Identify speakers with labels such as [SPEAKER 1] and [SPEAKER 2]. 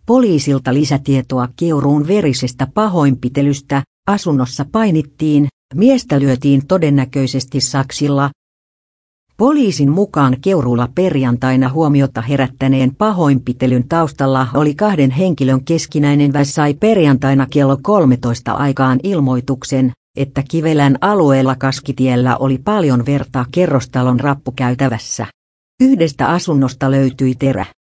[SPEAKER 1] poliisilta lisätietoa Keuruun verisestä pahoinpitelystä, asunnossa painittiin, miestä lyötiin todennäköisesti saksilla. Poliisin mukaan Keuruulla perjantaina huomiota herättäneen pahoinpitelyn taustalla oli kahden henkilön keskinäinen väs sai perjantaina kello 13 aikaan ilmoituksen, että Kivelän alueella Kaskitiellä oli paljon verta kerrostalon rappukäytävässä. Yhdestä asunnosta löytyi terä.